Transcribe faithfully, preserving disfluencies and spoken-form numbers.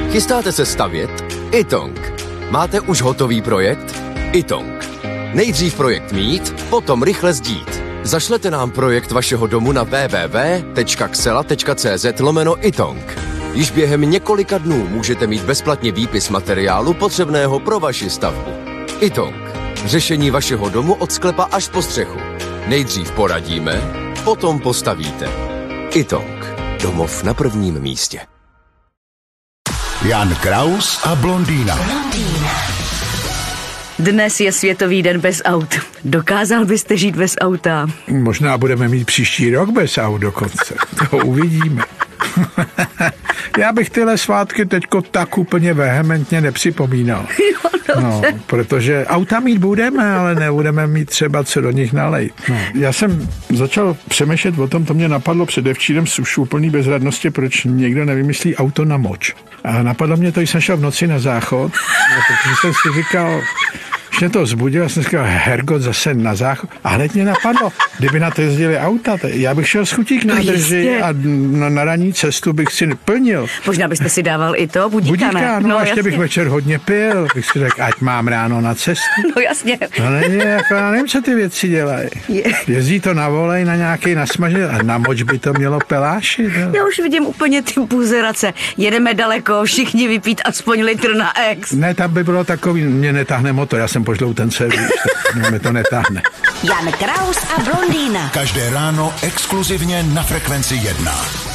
Chystáte se stavět? Itong. Máte už hotový projekt? Itong. Nejdřív projekt mít, potom rychle sdít. Zašlete nám projekt vašeho domu na w w w tečka xela tečka c z lomeno Itong. Již během několika dnů můžete mít bezplatně výpis materiálu potřebného pro vaši stavbu. Itong. Řešení vašeho domu od sklepa až po střechu. Nejdřív poradíme, potom postavíte. Itong. Domov na prvním místě. Jan Kraus a blondýna. Dnes je Světový den bez aut. Dokázal byste žít bez auta? Možná budeme mít příští rok bez aut dokonce. To uvidíme. Já bych tyhle svátky teďko tak úplně vehementně nepřipomínal. No, protože auta mít budeme, ale nebudeme mít třeba co do nich nalejt. No. Já jsem začal přemýšlet o tom, to mě napadlo předevčírem z úplný bezradnosti, proč někdo nevymyslí auto na moč. A napadlo mě to, když jsem šel v noci na záchod, protože jsem si říkal, když mě to vzbudil, já jsem říkal, hergot, zase na záchod. A hned mě napadlo, kdyby na to jezdili auta, já bych šel s chutí k nádrži a na, na ranní cestu bych si plnil. Možná byste si dával i to, budíka, budíka ne? no, No a ještě jasně. bych večer hodně pil, bych si řekl, ať mám ráno na cestu. No jasně. No ne, jako já nevím, co ty věci dělají. Je. Jezdí to na volej, na nějaký nasmažen a na moč by to mělo peláši. No. Já už vidím úplně ty buzerace. Jedeme daleko, všichni vypít aspoň litr na ex. Ne, tam by bylo takový, mě netáhne motor, já jsem požlou ten servis, tak mě to netáhne. Jan Kraus a blondýna. Každé ráno exkluzivně na Frekvenci jedna.